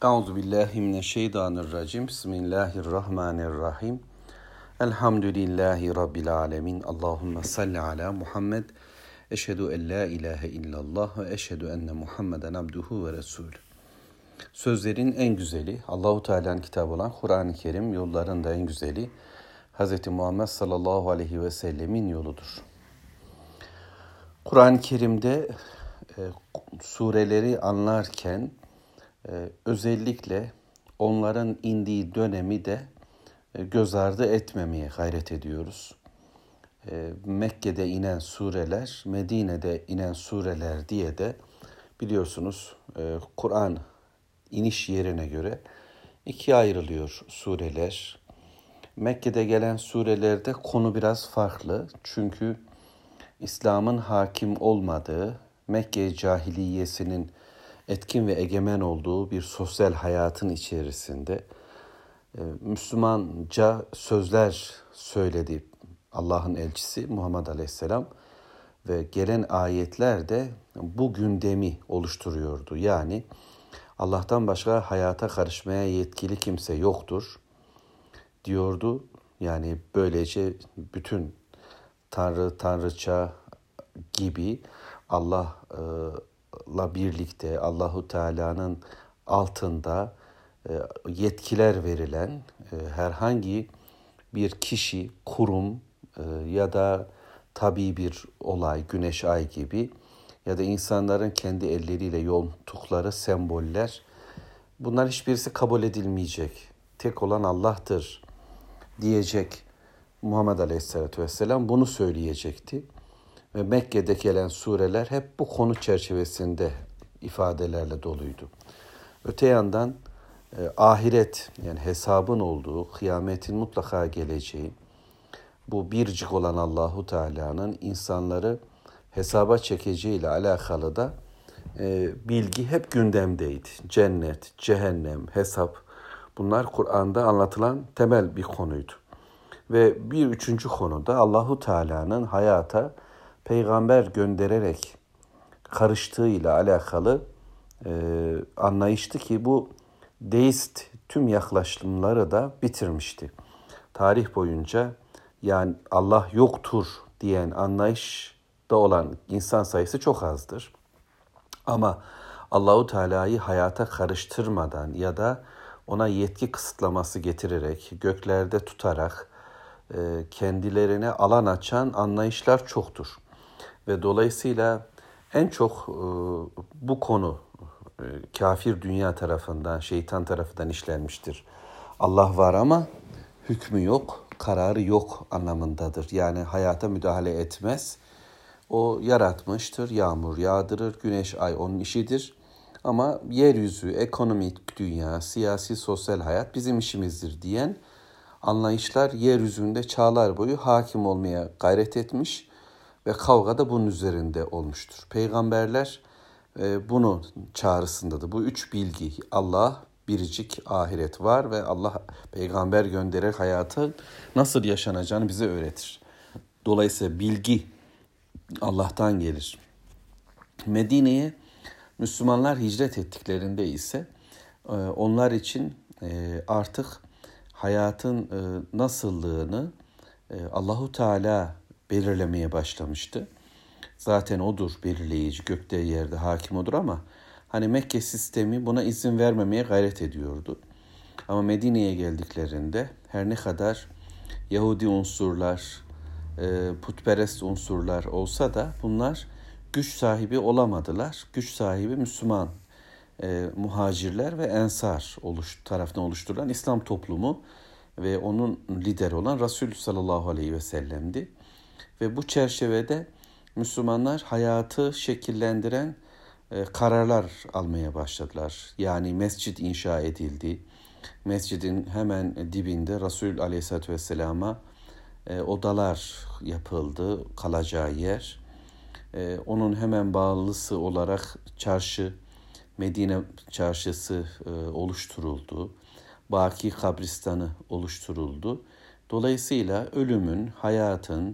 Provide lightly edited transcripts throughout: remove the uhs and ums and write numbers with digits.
Euzubillahimineşşeytanirracim. Bismillahirrahmanirrahim. Elhamdülillahi Rabbil alemin. Allahümme salli ala Muhammed. Eşhedü en la ilahe illallah ve eşhedü enne Muhammeden abduhu ve resulü. Sözlerin en güzeli, Allahu Teala'nın kitabı olan Kur'an-ı Kerim, yolların da en güzeli Hz. Muhammed sallallahu aleyhi ve sellemin yoludur. Kur'an-ı Kerim'de sureleri anlarken özellikle onların indiği dönemi de göz ardı etmemeye gayret ediyoruz. Mekke'de inen sureler, Medine'de inen sureler diye de biliyorsunuz Kur'an iniş yerine göre ikiye ayrılıyor sureler. Mekke'de gelen surelerde konu biraz farklı. Çünkü İslam'ın hakim olmadığı, Mekke cahiliyesinin etkin ve egemen olduğu bir sosyal hayatın içerisinde Müslümanca sözler söyledi Allah'ın elçisi Muhammed Aleyhisselam ve gelen ayetler de bu gündemi oluşturuyordu. Yani Allah'tan başka hayata karışmaya yetkili kimse yoktur diyordu. Yani böylece bütün Tanrı, Tanrıça gibi Allah'la birlikte Allahu Teala'nın altında yetkiler verilen herhangi bir kişi, kurum ya da tabii bir olay, güneş, ay gibi ya da insanların kendi elleriyle yonttukları semboller, bunlar hiçbirisi kabul edilmeyecek. Tek olan Allah'tır diyecek Muhammed Aleyhisselatü Vesselam, bunu söyleyecekti. Ve Mekke'de gelen sureler hep bu konu çerçevesinde ifadelerle doluydu. Öte yandan ahiret, yani hesabın olduğu, kıyametin mutlaka geleceği, bu biricik olan Allahu Teala'nın insanları hesaba çekeceğiyle alakalı da bilgi hep gündemdeydi. Cennet, cehennem, hesap, bunlar Kur'an'da anlatılan temel bir konuydu. Ve bir üçüncü konuda Allahu Teala'nın hayata peygamber göndererek karıştığıyla alakalı anlayıştı ki bu deist tüm yaklaşımları da bitirmişti. Tarih boyunca yani Allah yoktur diyen anlayışta olan insan sayısı çok azdır. Ama Allahu Teala'yı hayata karıştırmadan ya da ona yetki kısıtlaması getirerek, göklerde tutarak kendilerine alan açan anlayışlar çoktur. Ve dolayısıyla en çok bu konu kafir dünya tarafından, şeytan tarafından işlenmiştir. Allah var ama hükmü yok, kararı yok anlamındadır. Yani hayata müdahale etmez. O yaratmıştır, yağmur yağdırır, güneş, ay onun işidir. Ama yeryüzü, ekonomik dünya, siyasi, sosyal hayat bizim işimizdir diyen anlayışlar yeryüzünde çağlar boyu hakim olmaya gayret etmiş ve kavga da bunun üzerinde olmuştur. Peygamberler bunun çağrısındadır. Bu üç bilgi, Allah, biricik, ahiret var ve Allah peygamber göndererek hayatı nasıl yaşanacağını bize öğretir. Dolayısıyla bilgi Allah'tan gelir. Medine'ye Müslümanlar hicret ettiklerinde ise onlar için artık hayatın nasıllığını Allahu Teala belirlemeye başlamıştı. Zaten odur belirleyici, gökte yerde hakim odur ama hani Mekke sistemi buna izin vermemeye gayret ediyordu. Ama Medine'ye geldiklerinde her ne kadar Yahudi unsurlar, putperest unsurlar olsa da bunlar güç sahibi olamadılar. Güç sahibi Müslüman muhacirler ve ensar tarafından oluşturulan İslam toplumu ve onun lideri olan Resulü sallallahu aleyhi ve sellem'di. Ve bu çerçevede Müslümanlar hayatı şekillendiren kararlar almaya başladılar. Yani mescid inşa edildi. Mescidin hemen dibinde Resul Aleyhisselatü Vesselam'a odalar yapıldı, kalacağı yer. Onun hemen bağlısı olarak çarşı, Medine çarşısı oluşturuldu. Baki kabristanı oluşturuldu. Dolayısıyla ölümün, hayatın,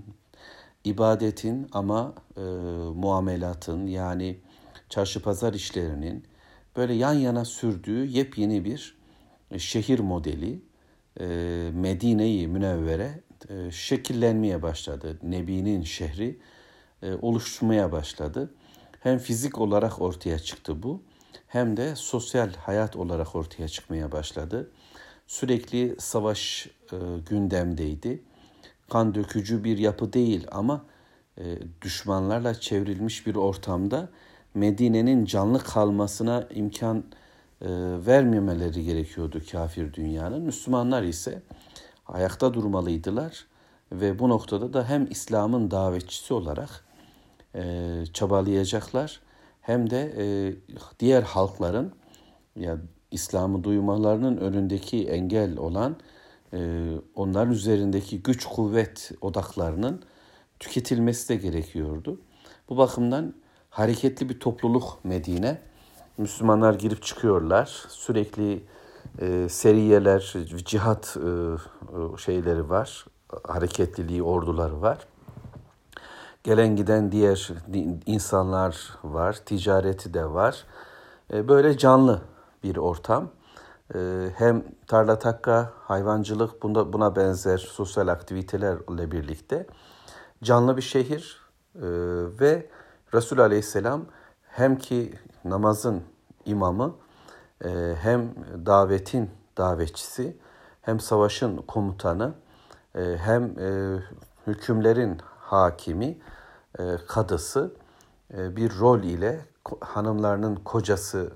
ibadetin ama muamelatın, yani çarşı pazar işlerinin böyle yan yana sürdüğü yepyeni bir şehir modeli Medine-i Münevvere şekillenmeye başladı. Nebi'nin şehri oluşmaya başladı. Hem fizik olarak ortaya çıktı bu, hem de sosyal hayat olarak ortaya çıkmaya başladı. Sürekli savaş gündemdeydi. Kan dökücü bir yapı değil ama düşmanlarla çevrilmiş bir ortamda Medine'nin canlı kalmasına imkan vermemeleri gerekiyordu kafir dünyanın. Müslümanlar ise ayakta durmalıydılar ve bu noktada da hem İslam'ın davetçisi olarak çabalayacaklar, hem de diğer halkların ya İslam'ı duymalarının önündeki engel olan onların üzerindeki güç kuvvet odaklarının tüketilmesi de gerekiyordu. Bu bakımdan hareketli bir topluluk Medine. Müslümanlar girip çıkıyorlar. Sürekli seriyeler, cihat şeyleri var. Hareketliliği, orduları var. Gelen giden diğer insanlar var. Ticareti de var. Böyle canlı bir ortam. Hem tarla takka, hayvancılık, buna benzer sosyal aktivitelerle birlikte canlı bir şehir ve Resul Aleyhisselam hem ki namazın imamı, hem davetin davetçisi, hem savaşın komutanı, hem hükümlerin hakimi, kadısı bir rol ile hanımlarının kocası,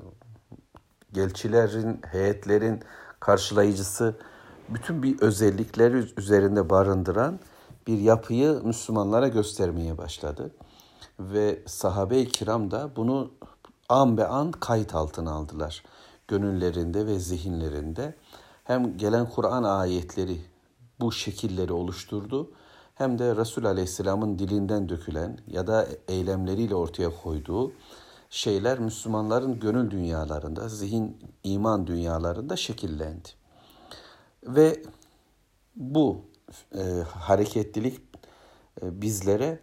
elçilerin, heyetlerin karşılayıcısı, bütün bir özellikleri üzerinde barındıran bir yapıyı Müslümanlara göstermeye başladı. Ve sahabe-i kiram da bunu an be an kayıt altına aldılar. Gönüllerinde ve zihinlerinde hem gelen Kur'an ayetleri bu şekilleri oluşturdu, hem de Resul Aleyhisselam'ın dilinden dökülen ya da eylemleriyle ortaya koyduğu şeyler Müslümanların gönül dünyalarında, zihin, iman dünyalarında şekillendi. Ve bu hareketlilik bizlere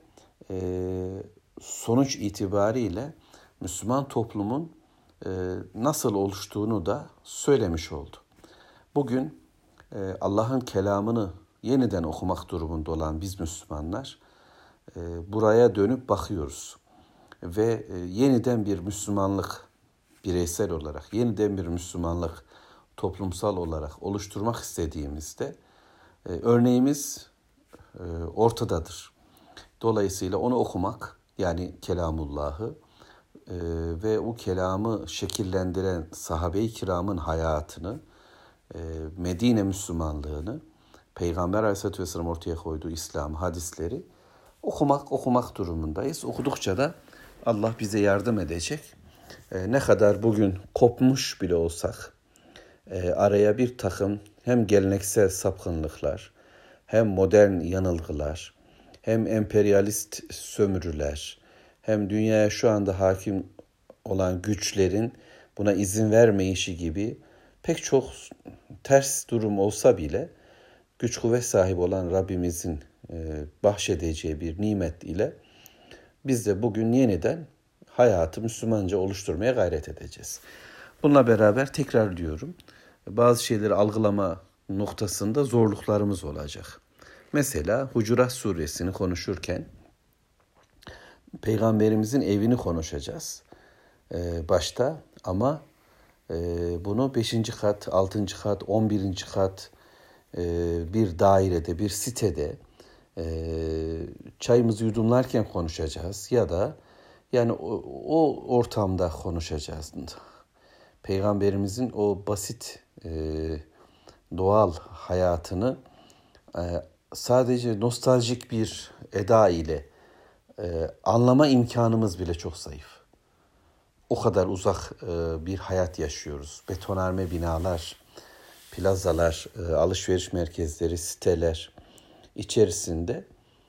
sonuç itibariyle Müslüman toplumun nasıl oluştuğunu da söylemiş oldu. Bugün Allah'ın kelamını yeniden okumak durumunda olan biz Müslümanlar buraya dönüp bakıyoruz. Ve yeniden bir Müslümanlık bireysel olarak, yeniden bir Müslümanlık toplumsal olarak oluşturmak istediğimizde örneğimiz ortadadır. Dolayısıyla onu okumak, yani Kelamullah'ı ve o kelamı şekillendiren sahabe-i kiramın hayatını, Medine Müslümanlığını, Peygamber Aleyhisselatü Vesselam ortaya koyduğu İslam, hadisleri okumak durumundayız. Okudukça da Allah bize yardım edecek. Ne kadar bugün kopmuş bile olsak, araya bir takım hem geleneksel sapkınlıklar, hem modern yanılgılar, hem emperyalist sömürüler, hem dünyaya şu anda hakim olan güçlerin buna izin vermeyişi gibi pek çok ters durum olsa bile güç kuvvet sahibi olan Rabbimizin bahşedeceği bir nimet ile biz de bugün yeniden hayatı Müslümanca oluşturmaya gayret edeceğiz. Bununla beraber tekrar diyorum, bazı şeyleri algılama noktasında zorluklarımız olacak. Mesela Hucurat Suresini konuşurken Peygamberimizin evini konuşacağız başta, ama bunu 5. kat, 6. kat, 11. kat bir dairede, bir sitede çayımızı yudumlarken konuşacağız ya da yani o ortamda konuşacağız. Peygamberimizin o basit doğal hayatını sadece nostaljik bir eda ile anlama imkanımız bile çok zayıf. O kadar uzak bir hayat yaşıyoruz. Betonarme binalar, plazalar, alışveriş merkezleri, siteler içerisinde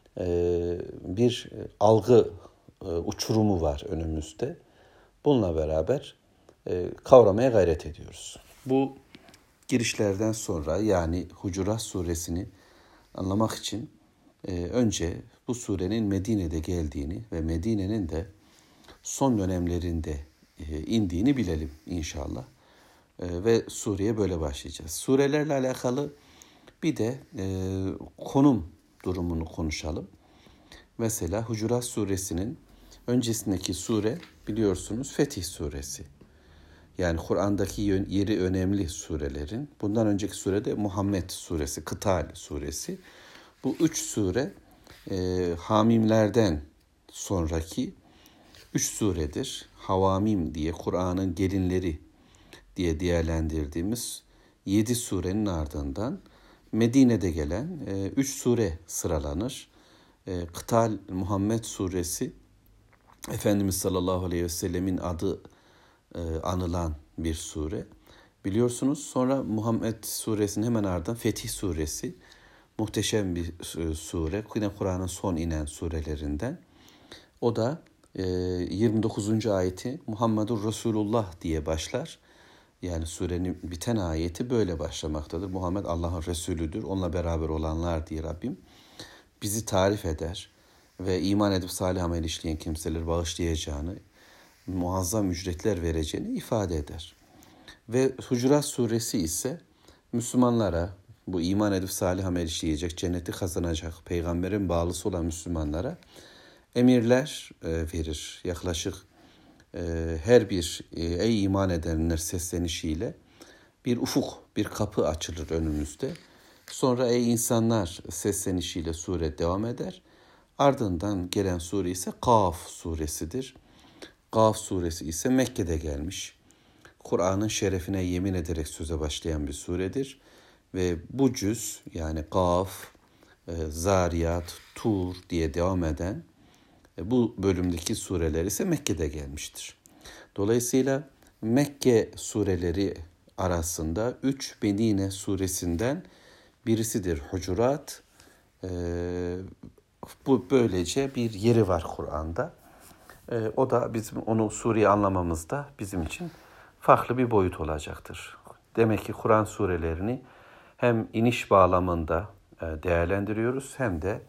bir algı uçurumu var önümüzde. Bununla beraber kavramaya gayret ediyoruz. Bu girişlerden sonra, yani Hucurat Suresini anlamak için önce bu surenin Medine'de geldiğini ve Medine'nin de son dönemlerinde indiğini bilelim inşallah. Ve sureye böyle başlayacağız. Surelerle alakalı bir de konum durumunu konuşalım. Mesela Hucurat suresinin öncesindeki sure biliyorsunuz Fetih suresi. Yani Kur'an'daki yeri önemli surelerin. Bundan önceki surede Muhammed suresi, Kıtal suresi. Bu 3 sure Hamimlerden sonraki 3 suredir. Havamim diye Kur'an'ın gelinleri diye değerlendirdiğimiz 7 surenin ardından Medine'de gelen 3 sure sıralanır. Kıtal Muhammed suresi Efendimiz sallallahu aleyhi ve sellemin adı anılan bir sure. Biliyorsunuz sonra Muhammed suresinin hemen ardından Fetih suresi muhteşem bir sure. Yine Kur'an'ın son inen surelerinden. O da 29. ayeti Muhammedur Resulullah diye başlar. Yani surenin biten ayeti böyle başlamaktadır. Muhammed Allah'ın Resulüdür. Onunla beraber olanlar diye Rabbim bizi tarif eder ve iman edip salih amel işleyen kimseleri bağışlayacağını, muazzam ücretler vereceğini ifade eder. Ve Hucurat suresi ise Müslümanlara, bu iman edip salih amel işleyecek, cenneti kazanacak, peygamberin bağlısı olan Müslümanlara emirler verir. Yaklaşık her bir ey iman edenler seslenişiyle bir ufuk, bir kapı açılır önümüzde. Sonra ey insanlar seslenişiyle sure devam eder. Ardından gelen sure ise Kaf suresidir. Kaf suresi ise Mekke'de gelmiş. Kur'an'ın şerefine yemin ederek söze başlayan bir suredir. Ve bu cüz yani Kaf, Zariyat, Tur diye devam eden bu bölümdeki sureler ise Mekke'de gelmiştir. Dolayısıyla Mekke sureleri arasında 3 Medine suresinden birisidir Hucurat. Bu böylece bir yeri var Kur'an'da. O da bizim onu sureyi anlamamızda bizim için farklı bir boyut olacaktır. Demek ki Kur'an surelerini hem iniş bağlamında değerlendiriyoruz hem de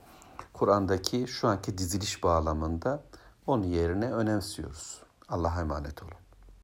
Kur'an'daki şu anki diziliş bağlamında onun yerine önemsiyoruz. Allah'a emanet olun.